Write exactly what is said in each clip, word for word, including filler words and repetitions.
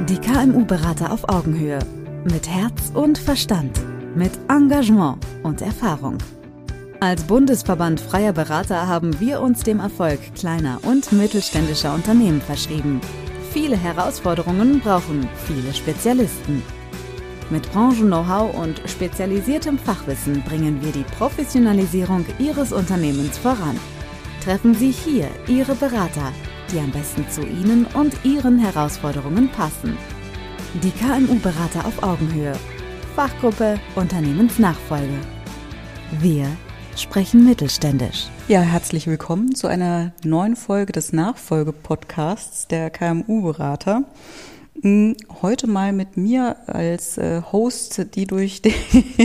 Die K M U-Berater auf Augenhöhe. Mit Herz und Verstand. Mit Engagement und Erfahrung. Als Bundesverband freier Berater haben wir uns dem Erfolg kleiner und mittelständischer Unternehmen verschrieben. Viele Herausforderungen brauchen viele Spezialisten. Mit Branchen-Know-how und spezialisiertem Fachwissen bringen wir die Professionalisierung Ihres Unternehmens voran. Treffen Sie hier Ihre Berater, die am besten zu Ihnen und Ihren Herausforderungen passen. Die K M U-Berater auf Augenhöhe. Fachgruppe Unternehmensnachfolge. Wir sprechen mittelständisch. Ja, herzlich willkommen zu einer neuen Folge des Nachfolge-Podcasts der K M U-Berater. Heute mal mit mir als Host, die durch den,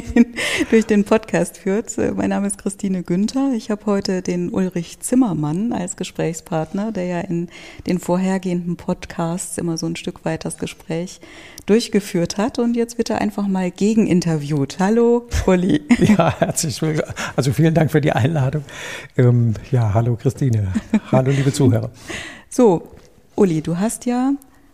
durch den Podcast führt. Mein Name ist Christine Günther. Ich habe heute den Ulrich Zimmermann als Gesprächspartner, der ja in den vorhergehenden Podcasts immer so ein Stück weit das Gespräch durchgeführt hat. Und jetzt wird er einfach mal gegeninterviewt. Hallo, Uli. Ja, herzlich willkommen. Also vielen Dank für die Einladung. Ähm, ja, hallo Christine. Hallo liebe Zuhörer. So, Uli, du hast ja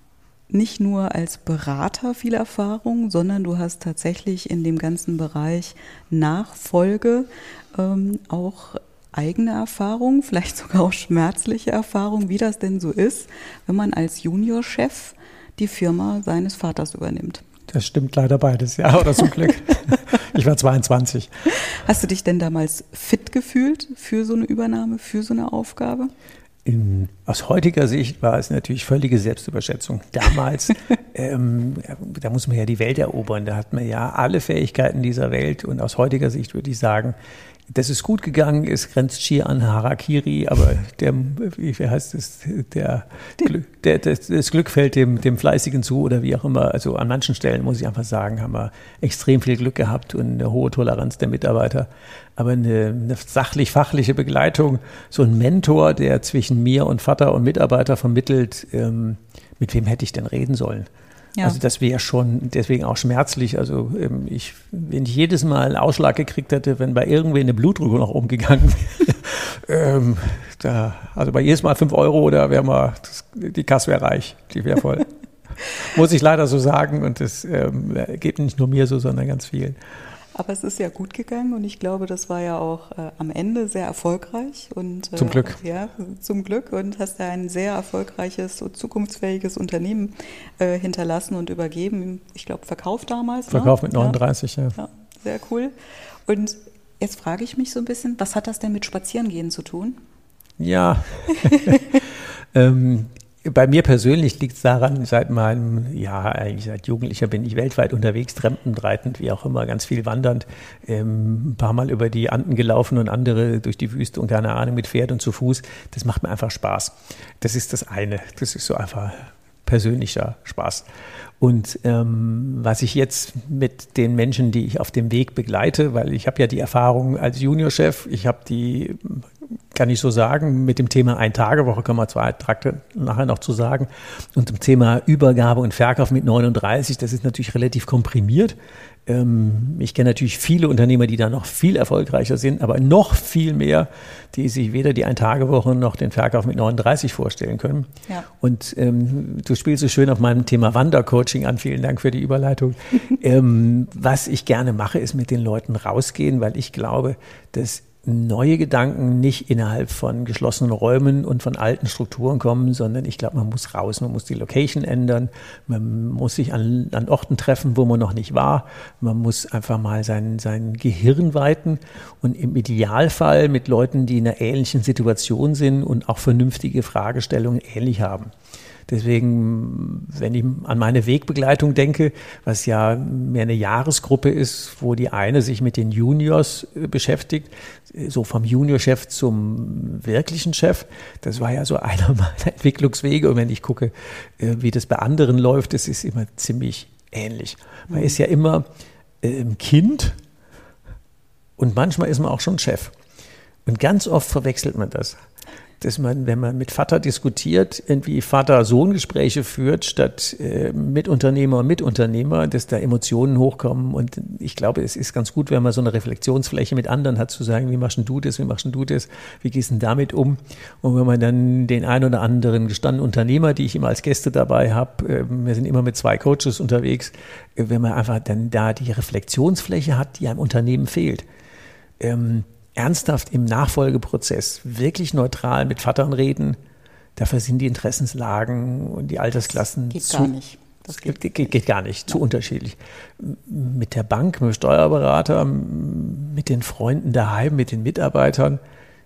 nicht nur als Berater viel Erfahrung, sondern du hast tatsächlich in dem ganzen Bereich Nachfolge ähm, auch eigene Erfahrung, vielleicht sogar auch schmerzliche Erfahrung, wie das denn so ist, wenn man als Juniorchef die Firma seines Vaters übernimmt. Das stimmt leider beides, ja, oder zum Glück. Ich war zweiundzwanzig. Hast du dich denn damals fit gefühlt für so eine Übernahme, für so eine Aufgabe? In, aus heutiger Sicht war es natürlich völlige Selbstüberschätzung. Damals, ähm, da muss man ja die Welt erobern, da hat man ja alle Fähigkeiten dieser Welt und aus heutiger Sicht würde ich sagen, dass es gut gegangen ist, grenzt schier an Harakiri, aber der, wie heißt es, der, der, das, das Glück fällt dem, dem Fleißigen zu oder wie auch immer. Also an manchen Stellen, muss ich einfach sagen, haben wir extrem viel Glück gehabt und eine hohe Toleranz der Mitarbeiter. Aber eine, eine sachlich-fachliche Begleitung, so ein Mentor, der zwischen mir und Vater und Mitarbeiter vermittelt, ähm, mit wem hätte ich denn reden sollen? Ja. Also das wäre schon deswegen auch schmerzlich. Also ähm, ich, wenn ich jedes Mal einen Ausschlag gekriegt hätte, wenn bei irgendwen eine Blutdrücke noch umgegangen wäre, ähm, da, also bei jedes Mal fünf Euro, da wäre mal, das, die Kasse wäre reich, die wäre voll. Muss ich leider so sagen und das ähm, geht nicht nur mir so, sondern ganz vielen. Aber es ist ja gut gegangen und ich glaube, das war ja auch äh, am Ende sehr erfolgreich. Und, äh, zum Glück. Ja, zum Glück und hast ja ein sehr erfolgreiches und zukunftsfähiges Unternehmen äh, hinterlassen und übergeben. Ich glaube, verkauft damals. Verkauft ne? mit neununddreißig, ja. ja. Ja, sehr cool. Und jetzt frage ich mich so ein bisschen, was hat das denn mit Spazierengehen zu tun? Ja, ähm, bei mir persönlich liegt es daran, seit meinem, ja, eigentlich seit Jugendlicher bin ich weltweit unterwegs, trampenreitend, wie auch immer, ganz viel wandernd, ähm, ein paar Mal über die Anden gelaufen und andere durch die Wüste und keine Ahnung, mit Pferd und zu Fuß. Das macht mir einfach Spaß. Das ist das eine. Das ist so einfach persönlicher Spaß. Und ähm, was ich jetzt mit den Menschen, die ich auf dem Weg begleite, weil ich habe ja die Erfahrung als Juniorchef, ich habe die, kann ich so sagen, mit dem Thema Ein-Tage-Woche, kann man zwei Trakte nachher noch zu sagen, und dem Thema Übergabe und Verkauf mit neununddreißig, das ist natürlich relativ komprimiert. Ähm, ich kenne natürlich viele Unternehmer, die da noch viel erfolgreicher sind, aber noch viel mehr, die sich weder die Ein-Tage-Woche noch den Verkauf mit neununddreißig vorstellen können. Ja. Und ähm, du spielst so schön auf meinem Thema Wandercoaching an. Vielen Dank für die Überleitung. ähm, was ich gerne mache, ist mit den Leuten rausgehen, weil ich glaube, dass neue Gedanken nicht innerhalb von geschlossenen Räumen und von alten Strukturen kommen, sondern ich glaube, man muss raus, man muss die Location ändern, man muss sich an, an Orten treffen, wo man noch nicht war, man muss einfach mal sein, sein Gehirn weiten und im Idealfall mit Leuten, die in einer ähnlichen Situation sind und auch vernünftige Fragestellungen ähnlich haben. Deswegen, wenn ich an meine Wegbegleitung denke, was ja mehr eine Jahresgruppe ist, wo die eine sich mit den Juniors beschäftigt, so vom Juniorchef zum wirklichen Chef, das war ja so einer meiner Entwicklungswege. Und wenn ich gucke, wie das bei anderen läuft, das ist immer ziemlich ähnlich. Man ist ja immer ein Kind und manchmal ist man auch schon Chef. Und ganz oft verwechselt man das. dass man, wenn man mit Vater diskutiert, irgendwie Vater-Sohn-Gespräche führt, statt äh, Mitunternehmer und Mitunternehmer, dass da Emotionen hochkommen. Und ich glaube, es ist ganz gut, wenn man so eine Reflexionsfläche mit anderen hat, zu sagen, wie machst denn du das, wie machst denn du das, wie gehst du denn damit um? Und wenn man dann den ein oder anderen gestandenen Unternehmer, die ich immer als Gäste dabei habe, äh, wir sind immer mit zwei Coaches unterwegs, äh, wenn man einfach dann da die Reflexionsfläche hat, die einem Unternehmen fehlt. Ähm, ernsthaft im Nachfolgeprozess wirklich neutral mit Vatern reden, dafür sind die Interessenslagen und die Altersklassen geht zu, gar nicht. Das geht, geht, geht, geht gar nicht, ja. Zu unterschiedlich. Mit der Bank, mit dem Steuerberater, mit den Freunden daheim, mit den Mitarbeitern,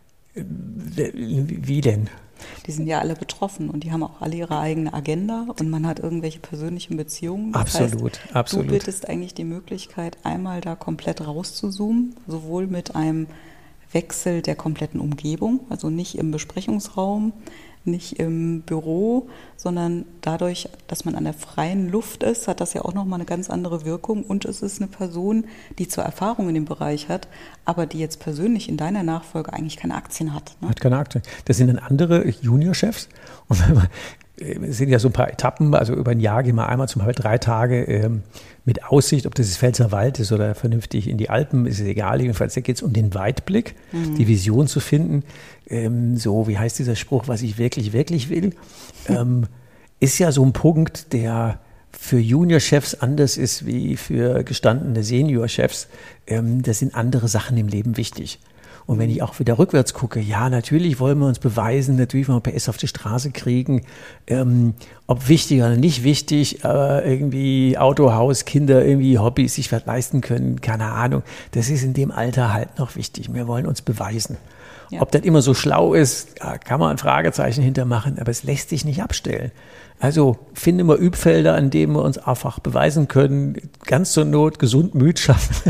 wie denn? Die sind ja alle betroffen und die haben auch alle ihre eigene Agenda und man hat irgendwelche persönlichen Beziehungen. Das absolut, heißt, absolut. Du bietest eigentlich die Möglichkeit, einmal da komplett rauszuzoomen, sowohl mit einem Wechsel der kompletten Umgebung, also nicht im Besprechungsraum, nicht im Büro, sondern dadurch, dass man an der freien Luft ist, hat das ja auch nochmal eine ganz andere Wirkung. Und es ist eine Person, die zwar Erfahrung in dem Bereich hat, aber die jetzt persönlich in deiner Nachfolge eigentlich keine Aktien hat. Ne? Hat keine Aktien. Das sind dann andere Juniorchefs. Und wenn man, es sind ja so ein paar Etappen, also über ein Jahr gehen wir einmal zum Beispiel drei Tage ähm, mit Aussicht, ob das das Pfälzerwald ist oder vernünftig in die Alpen, ist es egal. Jedenfalls geht es um den Weitblick, mhm. die Vision zu finden. Ähm, so, wie heißt dieser Spruch, was ich wirklich, wirklich will, ähm, ist ja so ein Punkt, der für Juniorchefs anders ist wie für gestandene Seniorchefs. Ähm, das sind andere Sachen im Leben wichtig. Und wenn ich auch wieder rückwärts gucke, ja, natürlich wollen wir uns beweisen, natürlich wollen wir P S auf die Straße kriegen, ähm, ob wichtig oder nicht wichtig, aber irgendwie Auto, Haus, Kinder, irgendwie Hobbys sich was leisten können, keine Ahnung. Das ist in dem Alter halt noch wichtig. Wir wollen uns beweisen. Ja. Ob das immer so schlau ist, kann man ein Fragezeichen hintermachen, aber es lässt sich nicht abstellen. Also finden wir Übfelder, an denen wir uns einfach beweisen können, ganz zur Not gesund müd schaffen.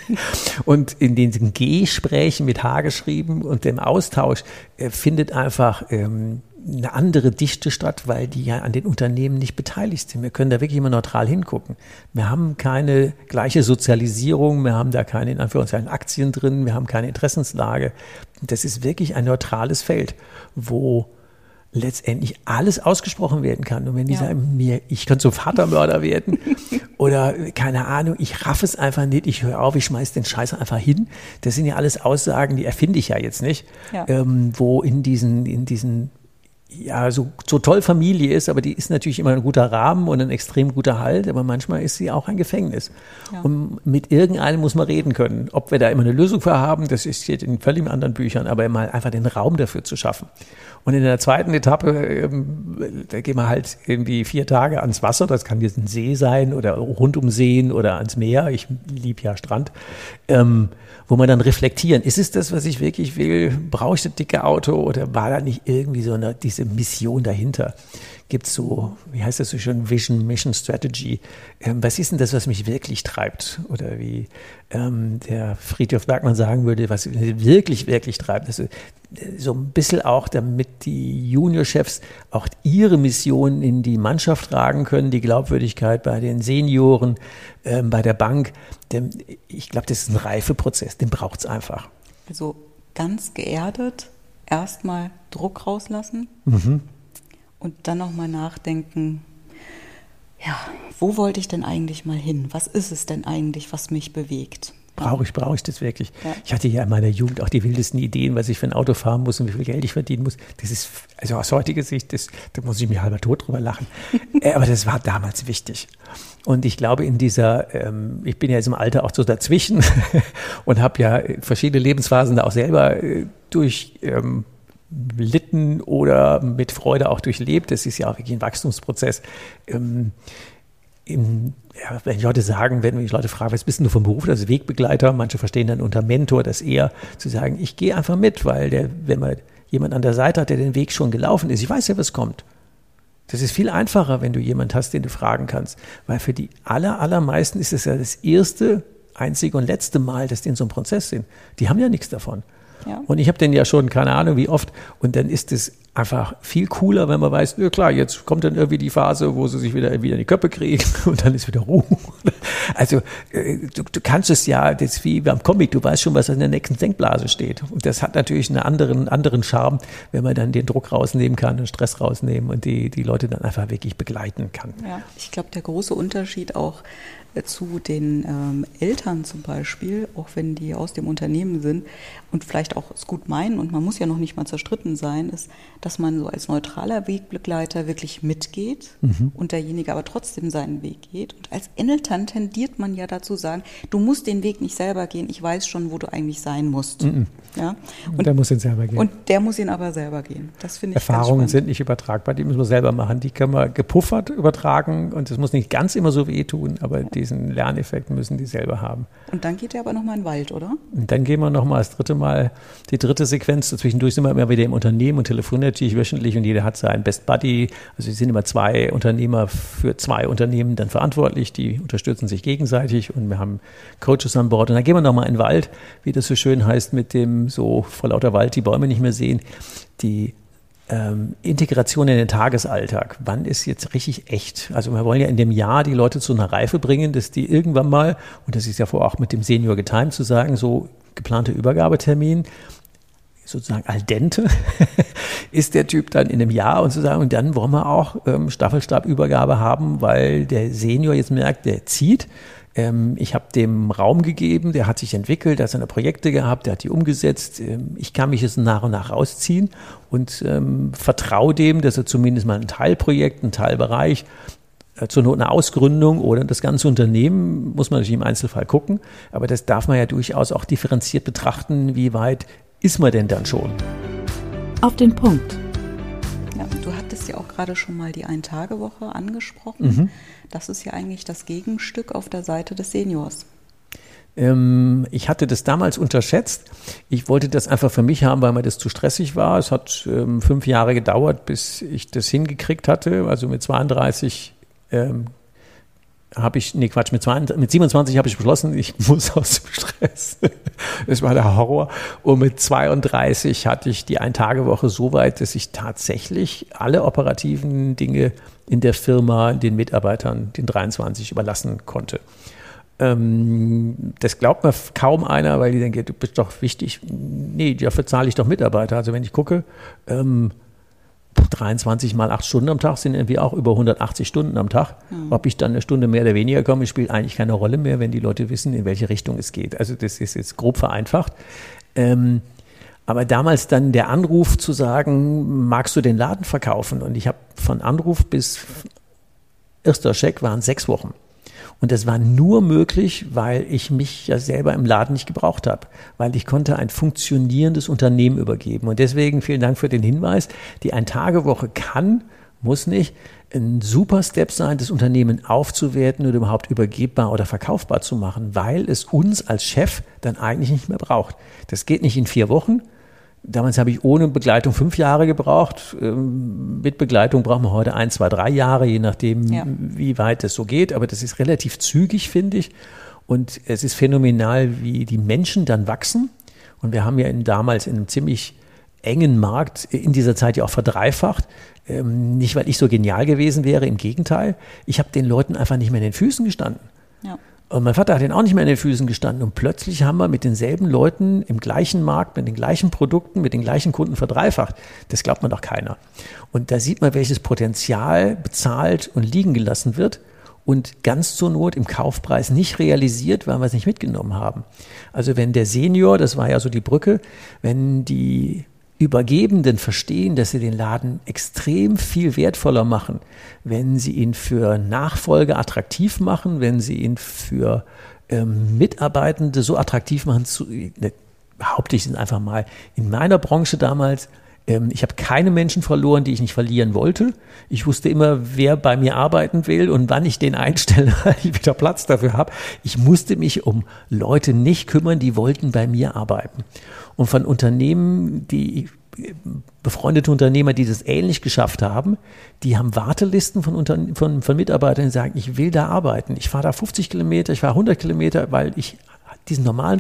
Und in den Gesprächen mit H geschrieben und dem Austausch äh, findet einfach ähm, eine andere Dichte statt, weil die ja an den Unternehmen nicht beteiligt sind. Wir können da wirklich immer neutral hingucken. Wir haben keine gleiche Sozialisierung, wir haben da keine, in Anführungszeichen, Aktien drin, wir haben keine Interessenslage. Das ist wirklich ein neutrales Feld, wo letztendlich alles ausgesprochen werden kann. Und wenn die ja. sagen, mir, ich könnte so Vatermörder werden oder keine Ahnung, ich raff es einfach nicht, ich höre auf, ich schmeiß den Scheiß einfach hin. Das sind ja alles Aussagen, die erfinde ich ja jetzt nicht, ja. Ähm, wo in diesen, in diesen ja, so, so toll Familie ist, aber die ist natürlich immer ein guter Rahmen und ein extrem guter Halt, aber manchmal ist sie auch ein Gefängnis. Ja. Und mit irgendeinem muss man reden können. Ob wir da immer eine Lösung für haben, das steht in völlig anderen Büchern, aber mal einfach den Raum dafür zu schaffen. Und in der zweiten Etappe, ähm, da gehen wir halt irgendwie vier Tage ans Wasser, das kann jetzt ein See sein oder rund um Seen oder ans Meer, ich liebe ja Strand, ähm, wo man dann reflektieren, ist es das, was ich wirklich will, brauche ich das dicke Auto oder war da nicht irgendwie so eine, diese Mission dahinter? Gibt es so, wie heißt das so schön, Vision, Mission, Strategy? Ähm, was ist denn das, was mich wirklich treibt? Oder wie ähm, der Friedhof Bergmann sagen würde, was wirklich, wirklich treibt. Also, so ein bisschen auch, damit die Juniorchefs auch ihre Mission in die Mannschaft tragen können, die Glaubwürdigkeit bei den Senioren, ähm, bei der Bank. Denn ich glaube, das ist ein Reifeprozess, den braucht es einfach. Also ganz geerdet, erstmal Druck rauslassen. Mhm. Und dann nochmal nachdenken, ja, wo wollte ich denn eigentlich mal hin? Was ist es denn eigentlich, was mich bewegt? Brauche ich, brauche ich das wirklich? Ja. Ich hatte ja in meiner Jugend auch die wildesten Ideen, was ich für ein Auto fahren muss und wie viel Geld ich verdienen muss. Das ist, also aus heutiger Sicht, das, da muss ich mir halber tot drüber lachen. Aber das war damals wichtig. Und ich glaube, in dieser, ähm, ich bin ja jetzt im Alter auch so dazwischen und habe ja verschiedene Lebensphasen da auch selber äh, durch ähm, litten oder mit Freude auch durchlebt. Das ist ja auch wirklich ein Wachstumsprozess. Ähm, in, ja, wenn Leute sagen, wenn mich Leute fragen, was bist du vom Beruf, das ist Wegbegleiter, manche verstehen dann unter Mentor das eher, zu sagen, ich gehe einfach mit, weil der, wenn man jemand an der Seite hat, der den Weg schon gelaufen ist, ich weiß ja, was kommt. Das ist viel einfacher, wenn du jemanden hast, den du fragen kannst, weil für die aller, allermeisten ist es ja das erste, einzige und letzte Mal, dass die in so einem Prozess sind. Die haben ja nichts davon. Ja. Und ich habe den ja schon, keine Ahnung wie oft, und dann ist es einfach viel cooler, wenn man weiß, ja klar, jetzt kommt dann irgendwie die Phase, wo sie sich wieder, wieder in die Köpfe kriegen und dann ist wieder Ruhe. Also du, du kannst es ja, das ist wie beim Comic, du weißt schon, was in der nächsten Denkblase steht. Und das hat natürlich einen anderen, anderen Charme, wenn man dann den Druck rausnehmen kann, den Stress rausnehmen und die, die Leute dann einfach wirklich begleiten kann. Ja, ich glaube, der große Unterschied auch zu den ähm, Eltern zum Beispiel, auch wenn die aus dem Unternehmen sind und vielleicht auch es gut meinen und man muss ja noch nicht mal zerstritten sein, ist, dass man so als neutraler Wegbegleiter wirklich mitgeht mhm. und derjenige aber trotzdem seinen Weg geht. Und als Eltern tendiert man ja dazu sagen, du musst den Weg nicht selber gehen, ich weiß schon, wo du eigentlich sein musst. Mhm. Ja? Und, und der muss ihn selber gehen. Und der muss ihn aber selber gehen. Das finde ich Erfahrungen ganz sind nicht übertragbar, die müssen wir selber machen. Die können wir gepuffert übertragen und es muss nicht ganz immer so wehtun, aber ja. diesen Lerneffekt müssen die selber haben. Und dann geht er aber nochmal in den Wald, oder? Und dann gehen wir nochmal das dritte Mal, die dritte Sequenz. Zwischendurch sind wir immer wieder im Unternehmen und telefonieren natürlich wöchentlich und jeder hat seinen Best Buddy. Also es sind immer zwei Unternehmer für zwei Unternehmen dann verantwortlich, die unterstützen sich gegenseitig und wir haben Coaches an Bord. Und dann gehen wir nochmal in den Wald, wie das so schön heißt, mit dem so vor lauter Wald die Bäume nicht mehr sehen, die Ähm, Integration in den Tagesalltag. Wann ist jetzt richtig echt? Also wir wollen ja in dem Jahr die Leute zu einer Reife bringen, dass die irgendwann mal, und das ist ja vorher auch mit dem Senior getimed zu sagen, so geplante Übergabetermin, sozusagen al dente, ist der Typ dann in einem Jahr und zu sagen, und dann wollen wir auch ähm, Staffelstabübergabe haben, weil der Senior jetzt merkt, der zieht. Ich habe dem Raum gegeben, der hat sich entwickelt, der hat seine Projekte gehabt, der hat die umgesetzt. Ich kann mich jetzt nach und nach rausziehen und ähm, vertraue dem, dass er zumindest mal ein Teilprojekt, einen Teilbereich, äh, zur Not eine Ausgründung oder das ganze Unternehmen, muss man natürlich im Einzelfall gucken. Aber das darf man ja durchaus auch differenziert betrachten, wie weit ist man denn dann schon? Auf den Punkt. Ja, du hattest ja auch gerade schon mal die Ein-Tage-Woche angesprochen. Mhm. Das ist ja eigentlich das Gegenstück auf der Seite des Seniors. Ähm, ich hatte das damals unterschätzt. Ich wollte das einfach für mich haben, weil mir das zu stressig war. Es hat ähm, fünf Jahre gedauert, bis ich das hingekriegt hatte. Also mit zweiunddreißig ähm, habe ich, nee Quatsch, mit, zweiundzwanzig, mit siebenundzwanzig habe ich beschlossen, ich muss aus dem Stress. Das war der Horror. Und mit zweiunddreißig hatte ich die Ein-Tage-Woche so weit, dass ich tatsächlich alle operativen Dinge in der Firma den Mitarbeitern, den dreiundzwanzig, überlassen konnte. Ähm, das glaubt mir kaum einer, weil die denken, du bist doch wichtig. Nee, dafür zahle ich doch Mitarbeiter. Also wenn ich gucke, ähm, dreiundzwanzig mal acht Stunden am Tag sind irgendwie auch über hundertachtzig Stunden am Tag. Mhm. Ob ich dann eine Stunde mehr oder weniger komme, spielt eigentlich keine Rolle mehr, wenn die Leute wissen, in welche Richtung es geht. Also das ist jetzt grob vereinfacht. Ähm, aber damals dann der Anruf zu sagen, magst du den Laden verkaufen? Und ich habe von Anruf bis erster Scheck waren sechs Wochen. Und das war nur möglich, weil ich mich ja selber im Laden nicht gebraucht habe, weil ich konnte ein funktionierendes Unternehmen übergeben. Und deswegen vielen Dank für den Hinweis. Die Ein-Tage-Woche kann, muss nicht, ein super Step sein, das Unternehmen aufzuwerten oder überhaupt übergebbar oder verkaufbar zu machen, weil es uns als Chef dann eigentlich nicht mehr braucht. Das geht nicht in vier Wochen. Damals habe ich ohne Begleitung fünf Jahre gebraucht. Mit Begleitung brauchen wir heute ein, zwei, drei Jahre, je nachdem, ja. wie weit es so geht. Aber das ist relativ zügig, finde ich. Und es ist phänomenal, wie die Menschen dann wachsen. Und wir haben ja in, damals in einem ziemlich engen Markt in dieser Zeit ja auch verdreifacht. Nicht, weil ich so genial gewesen wäre, im Gegenteil. Ich habe den Leuten einfach nicht mehr in den Füßen gestanden. Ja. Und mein Vater hat den auch nicht mehr in den Füßen gestanden. Und plötzlich haben wir mit denselben Leuten im gleichen Markt, mit den gleichen Produkten, mit den gleichen Kunden verdreifacht. Das glaubt man doch keiner. Und da sieht man, welches Potenzial bezahlt und liegen gelassen wird und ganz zur Not im Kaufpreis nicht realisiert, weil wir es nicht mitgenommen haben. Also wenn der Senior, das war ja so die Brücke, wenn die Übergebenden verstehen, dass sie den Laden extrem viel wertvoller machen, wenn sie ihn für Nachfolge attraktiv machen, wenn sie ihn für ähm, Mitarbeitende so attraktiv machen, zu, ne, behaupte ich es einfach mal, in meiner Branche damals, ähm, ich habe keine Menschen verloren, die ich nicht verlieren wollte. Ich wusste immer, wer bei mir arbeiten will und wann ich den einstelle, weil ich wieder Platz dafür habe. Ich musste mich um Leute nicht kümmern, die wollten bei mir arbeiten. Und von Unternehmen, die befreundete Unternehmer, die das ähnlich geschafft haben, die haben Wartelisten von, Unter- von, von Mitarbeitern, die sagen, ich will da arbeiten. Ich fahre da fünfzig Kilometer, ich fahre hundert Kilometer, weil ich diesen normalen Druck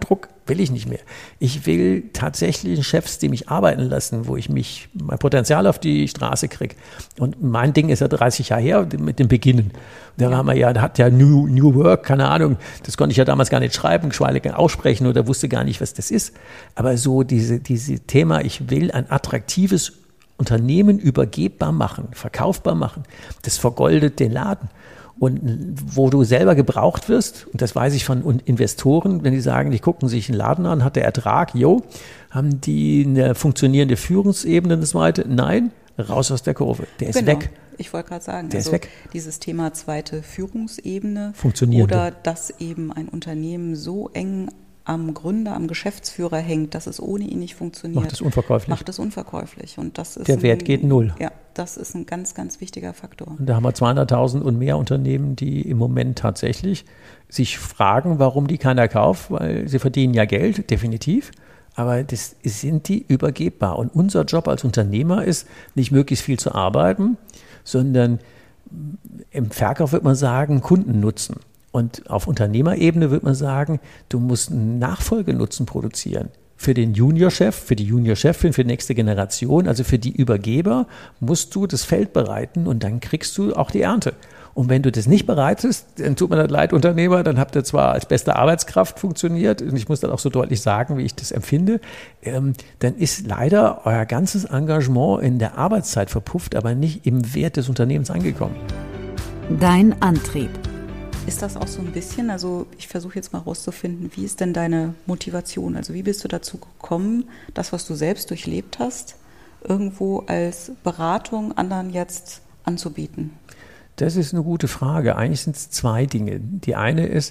will ich nicht mehr. Ich will tatsächlich Chefs, die mich arbeiten lassen, wo ich mich, mein Potenzial auf die Straße kriege. Und mein Ding ist ja dreißig Jahre her mit dem Beginnen. Da haben wir ja, da hat ja New, New Work, keine Ahnung, das konnte ich ja damals gar nicht schreiben, geschweige aussprechen oder wusste gar nicht, was das ist. Aber so diese, diese Thema, ich will ein attraktives Unternehmen übergebbar machen, verkaufbar machen, das vergoldet den Laden. Und wo du selber gebraucht wirst, und das weiß ich von Investoren, wenn die sagen, die gucken sich einen Laden an, hat der Ertrag, jo, haben die eine funktionierende Führungsebene und so weiter? Nein, raus aus der Kurve, der ist genau. weg. Ich wollte gerade sagen, der also ist weg. Dieses Thema zweite Führungsebene Funktionierende. Oder dass eben ein Unternehmen so eng am Gründer, am Geschäftsführer hängt, dass es ohne ihn nicht funktioniert. Macht es unverkäuflich. Macht es unverkäuflich. Und das ist der Wert ein, geht null. Ja, das ist ein ganz, ganz wichtiger Faktor. Und da haben wir zweihunderttausend und mehr Unternehmen, die im Moment tatsächlich sich fragen, warum die keiner kauft, weil sie verdienen ja Geld, definitiv. Aber das sind die übergebbar. Und unser Job als Unternehmer ist, nicht möglichst viel zu arbeiten, sondern im Verkauf wird man sagen, Kunden nutzen. Und auf Unternehmerebene wird man sagen, du musst einen Nachfolgenutzen produzieren. Für den Juniorchef, für die Juniorchefin, für die nächste Generation, also für die Übergeber, musst du das Feld bereiten und dann kriegst du auch die Ernte. Und wenn du das nicht bereitest, dann tut mir das leid, Unternehmer, dann habt ihr zwar als beste Arbeitskraft funktioniert, und ich muss dann auch so deutlich sagen, wie ich das empfinde, ähm, dann ist leider euer ganzes Engagement in der Arbeitszeit verpufft, aber nicht im Wert des Unternehmens angekommen. Dein Antrieb. Ist das auch so ein bisschen, also ich versuche jetzt mal rauszufinden, wie ist denn deine Motivation? Also wie bist du dazu gekommen, das, was du selbst durchlebt hast, irgendwo als Beratung anderen jetzt anzubieten? Das ist eine gute Frage. Eigentlich sind es zwei Dinge. Die eine ist,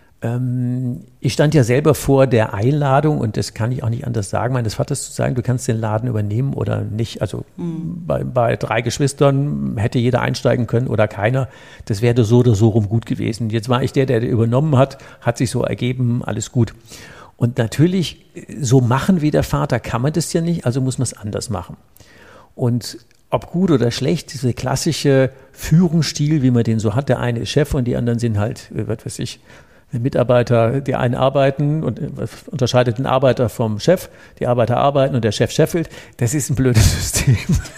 ähm, ich stand ja selber vor der Einladung und das kann ich auch nicht anders sagen, meines Vaters zu sagen, du kannst den Laden übernehmen oder nicht. Also mhm. bei, bei drei Geschwistern hätte jeder einsteigen können oder keiner. Das wäre so oder so rum gut gewesen. Jetzt war ich der, der übernommen hat, hat sich so ergeben, alles gut. Und natürlich, so machen wie der Vater kann man das ja nicht, also muss man es anders machen. Und ob gut oder schlecht, diese klassische Führungsstil, wie man den so hat, der eine ist Chef und die anderen sind halt, was weiß ich, Mitarbeiter, die einen arbeiten und unterscheidet den Arbeiter vom Chef, die Arbeiter arbeiten und der Chef scheffelt, das ist ein blödes System.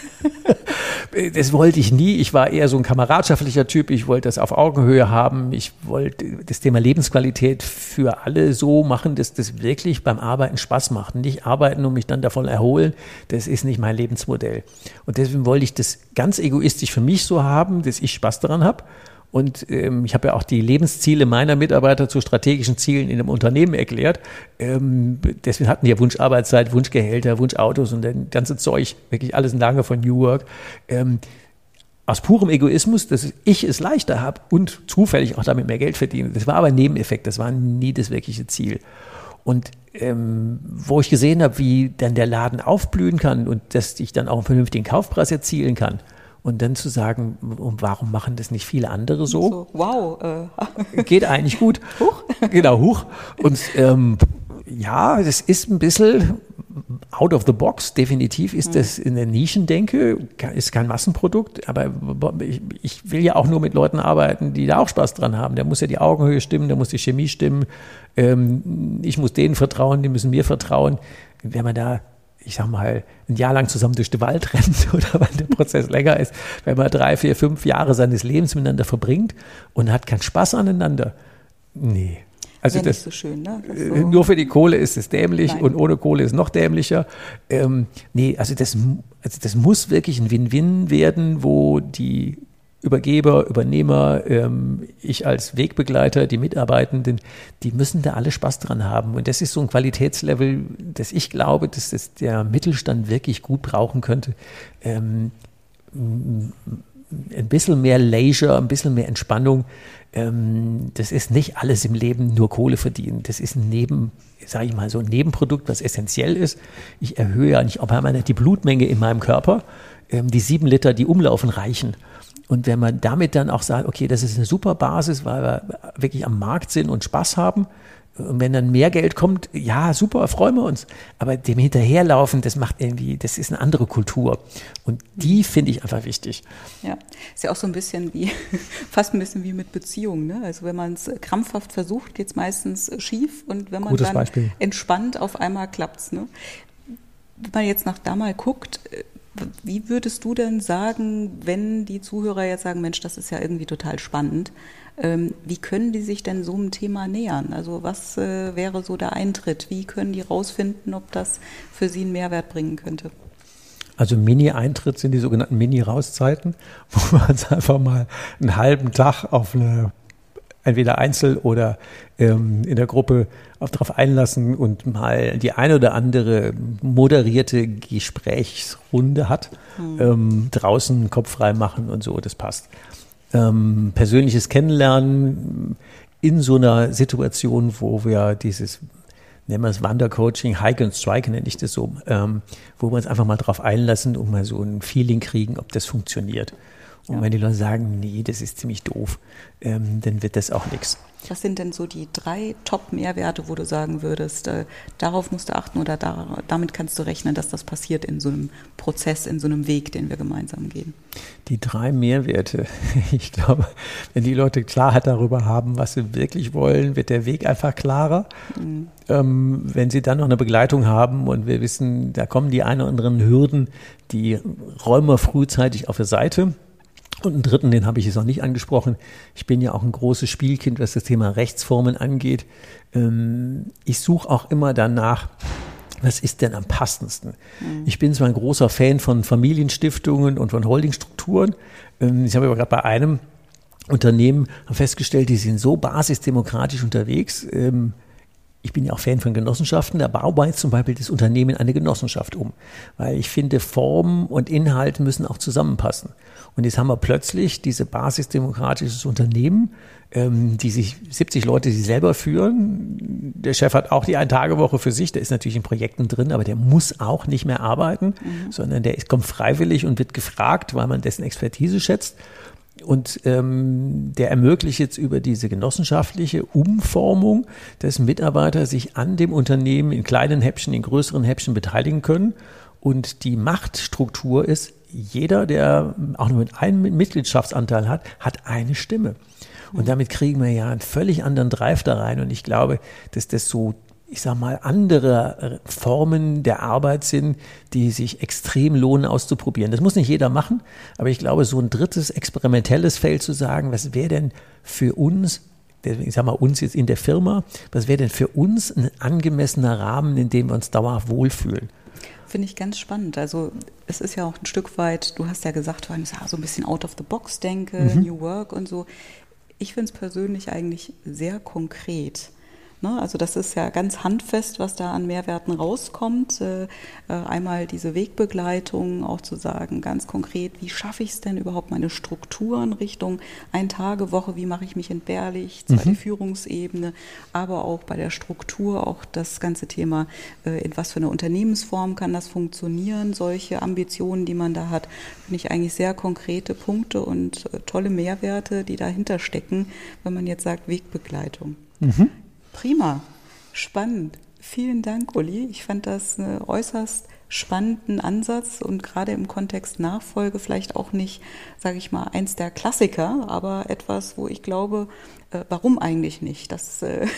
Das wollte ich nie. Ich war eher so ein kameradschaftlicher Typ. Ich wollte das auf Augenhöhe haben. Ich wollte das Thema Lebensqualität für alle so machen, dass das wirklich beim Arbeiten Spaß macht. Nicht arbeiten und mich dann davon erholen. Das ist nicht mein Lebensmodell. Und deswegen wollte ich das ganz egoistisch für mich so haben, dass ich Spaß daran habe. Und ähm, ich habe ja auch die Lebensziele meiner Mitarbeiter zu strategischen Zielen in einem Unternehmen erklärt. Ähm, deswegen hatten die ja Wunscharbeitszeit, Wunschgehälter, Wunschautos und das ganze Zeug, wirklich alles lange von New Work. Ähm, aus purem Egoismus, dass ich es leichter habe und zufällig auch damit mehr Geld verdiene. Das war aber ein Nebeneffekt, das war nie das wirkliche Ziel. Und ähm, wo ich gesehen habe, wie dann der Laden aufblühen kann und dass ich dann auch einen vernünftigen Kaufpreis erzielen kann, und dann zu sagen, warum machen das nicht viele andere so? so wow. Äh. Geht eigentlich gut. Huch. Genau, huch. Und ähm, ja, das ist ein bisschen out of the box. Definitiv ist mhm. das in der Nischendenke, ist kein Massenprodukt. Aber ich, ich will ja auch nur mit Leuten arbeiten, die da auch Spaß dran haben. Da muss ja die Augenhöhe stimmen, da muss die Chemie stimmen. Ähm, ich muss denen vertrauen, die müssen mir vertrauen. Wenn man da, ich sag mal, ein Jahr lang zusammen durch den Wald rennt oder weil der Prozess länger ist, wenn man drei, vier, fünf Jahre seines Lebens miteinander verbringt und hat keinen Spaß aneinander. Nee. Also das, nicht so schön, ne? Das so so nur für die Kohle ist es dämlich. Nein. Und ohne Kohle ist es noch dämlicher. Ähm, nee, also das, also das muss wirklich ein Win-Win werden, wo die Übergeber, Übernehmer, ähm, ich als Wegbegleiter, die Mitarbeitenden, die müssen da alle Spaß dran haben. Und das ist so ein Qualitätslevel, das ich glaube, dass das der Mittelstand wirklich gut brauchen könnte. Ähm, ein bisschen mehr Leisure, ein bisschen mehr Entspannung. Ähm, das ist nicht alles im Leben nur Kohle verdienen. Das ist ein Neben, sage ich mal, so ein Nebenprodukt, was essentiell ist. Ich erhöhe ja nicht, aber die Blutmenge in meinem Körper, ähm, die sieben Liter, die umlaufen, reichen. Und wenn man damit dann auch sagt, okay, das ist eine super Basis, weil wir wirklich am Markt sind und Spaß haben, Und wenn dann mehr Geld kommt, ja, super, freuen wir uns. Aber dem Hinterherlaufen, das macht irgendwie, das ist eine andere Kultur. Und die finde ich einfach wichtig. Ja, ist ja auch so ein bisschen wie, fast ein bisschen wie mit Beziehungen. Ne? Also wenn man es krampfhaft versucht, geht es meistens schief. Und wenn man Gutes dann Beispiel. entspannt, auf einmal klappt es. Ne? Wenn man jetzt nach da mal guckt, wie würdest du denn sagen, wenn die Zuhörer jetzt sagen, Mensch, das ist ja irgendwie total spannend, ähm, wie können die sich denn so einem Thema nähern? Also was äh, wäre so der Eintritt? Wie können die rausfinden, ob das für sie einen Mehrwert bringen könnte? Also Mini-Eintritt sind die sogenannten Mini-Rauszeiten, wo man uns einfach mal einen halben Tag auf eine entweder Einzel- oder ähm, in der Gruppe darauf einlassen und mal die eine oder andere moderierte Gesprächsrunde hat, mhm. ähm, draußen Kopf frei machen und so, das passt. Ähm, persönliches Kennenlernen in so einer Situation, wo wir dieses, nennen wir es Wandercoaching, Hike and Strike nenne ich das so, ähm, wo wir uns einfach mal drauf einlassen und mal so ein Feeling kriegen, ob das funktioniert. Und ja. wenn die Leute sagen, nee, das ist ziemlich doof, ähm, dann wird das auch nichts. Was sind denn so die drei Top-Mehrwerte, wo du sagen würdest, äh, darauf musst du achten oder da, damit kannst du rechnen, dass das passiert in so einem Prozess, in so einem Weg, den wir gemeinsam gehen? Die drei Mehrwerte. Ich glaube, wenn die Leute Klarheit darüber haben, was sie wirklich wollen, wird der Weg einfach klarer. Mhm. Ähm, wenn sie dann noch eine Begleitung haben und wir wissen, da kommen die ein oder anderen Hürden, die räumen wir frühzeitig auf der Seite. Und einen dritten, den habe ich jetzt noch nicht angesprochen. Ich bin ja auch ein großes Spielkind, was das Thema Rechtsformen angeht. Ich suche auch immer danach, was ist denn am passendsten? Mhm. Ich bin zwar ein großer Fan von Familienstiftungen und von Holdingstrukturen. Ich habe aber gerade bei einem Unternehmen festgestellt, die sind so basisdemokratisch unterwegs. Ich bin ja auch Fan von Genossenschaften, da bauen wir jetzt zum Beispiel das Unternehmen in eine Genossenschaft um. Weil ich finde, Form und Inhalt müssen auch zusammenpassen. Und jetzt haben wir plötzlich diese basisdemokratisches Unternehmen, ähm, die sich siebzig Leute, die selber führen. Der Chef hat auch die Ein-Tage-Woche für sich, der ist natürlich in Projekten drin, aber der muss auch nicht mehr arbeiten, mhm. sondern der ist, kommt freiwillig und wird gefragt, weil man dessen Expertise schätzt. Und ähm, der ermöglicht jetzt über diese genossenschaftliche Umformung, dass Mitarbeiter sich an dem Unternehmen in kleinen Häppchen, in größeren Häppchen beteiligen können. Und die Machtstruktur ist, jeder, der auch nur einen Mitgliedschaftsanteil hat, hat eine Stimme. Und damit kriegen wir ja einen völlig anderen Drive da rein. Und ich glaube, dass das so, ich sag mal, andere Formen der Arbeit sind, die sich extrem lohnen auszuprobieren. Das muss nicht jeder machen, aber ich glaube, so ein drittes experimentelles Feld zu sagen, was wäre denn für uns, ich sag mal uns jetzt in der Firma, was wäre denn für uns ein angemessener Rahmen, in dem wir uns dauerhaft wohlfühlen? Finde ich ganz spannend. Also es ist ja auch ein Stück weit, du hast ja gesagt, ich ja, so ein bisschen out of the box denke, mhm. New Work und so. Ich finde es persönlich eigentlich sehr konkret. Ne? Also das ist ja ganz handfest, was da an Mehrwerten rauskommt. Äh, einmal diese Wegbegleitung, auch zu sagen, ganz konkret, wie schaffe ich es denn überhaupt, meine Strukturen Richtung Ein-Tage-Woche, wie mache ich mich entbehrlich, zweite mhm. Führungsebene, aber auch bei der Struktur, auch das ganze Thema, äh, in was für eine Unternehmensform kann das funktionieren, solche Ambitionen, die man da hat, finde ich eigentlich sehr konkrete Punkte und äh, tolle Mehrwerte, die dahinter stecken, wenn man jetzt sagt Wegbegleitung. Mhm. Prima, spannend. Vielen Dank, Uli. Ich fand das einen äußerst spannenden Ansatz und gerade im Kontext Nachfolge vielleicht auch nicht, sage ich mal, eins der Klassiker, aber etwas, wo ich glaube, äh, warum eigentlich nicht? Das äh,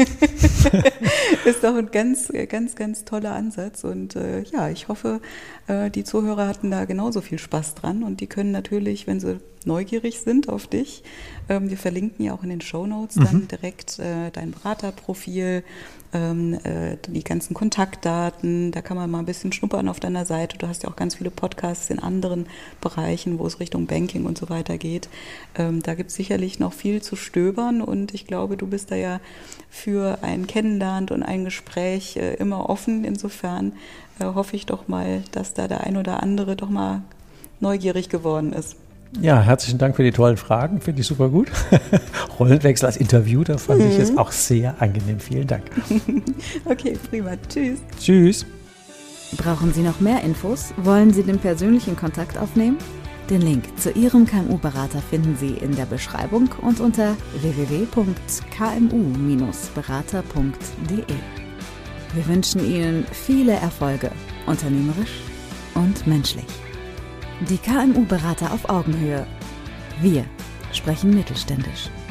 ist doch ein ganz, ganz, ganz toller Ansatz und äh, ja, ich hoffe, äh, die Zuhörer hatten da genauso viel Spaß dran und die können natürlich, wenn sie neugierig sind auf dich, ähm, wir verlinken ja auch in den Shownotes mhm. dann direkt äh, dein Beraterprofil, ähm, äh, die ganzen Kontaktdaten, da kann man mal ein bisschen schnuppern auf deiner Seite. Du hast ja auch ganz viele Podcasts in anderen Bereichen, wo es Richtung Banking und so weiter geht. Ähm, da gibt es sicherlich noch viel zu stöbern und ich glaube, du bist da ja für ein Kennenlernen und ein Gespräch äh, immer offen. Insofern äh, hoffe ich doch mal, dass da der ein oder andere doch mal neugierig geworden ist. Ja, herzlichen Dank für die tollen Fragen, finde ich super gut. Rollenwechsel als Interview, da fand mhm. ich es auch sehr angenehm. Vielen Dank. Okay, prima. Tschüss. Tschüss. Brauchen Sie noch mehr Infos? Wollen Sie den persönlichen Kontakt aufnehmen? Den Link zu Ihrem K M U-Berater finden Sie in der Beschreibung und unter w w w punkt k m u Bindestrich berater punkt d e. Wir wünschen Ihnen viele Erfolge, unternehmerisch und menschlich. Die K M U-Berater auf Augenhöhe. Wir sprechen mittelständisch.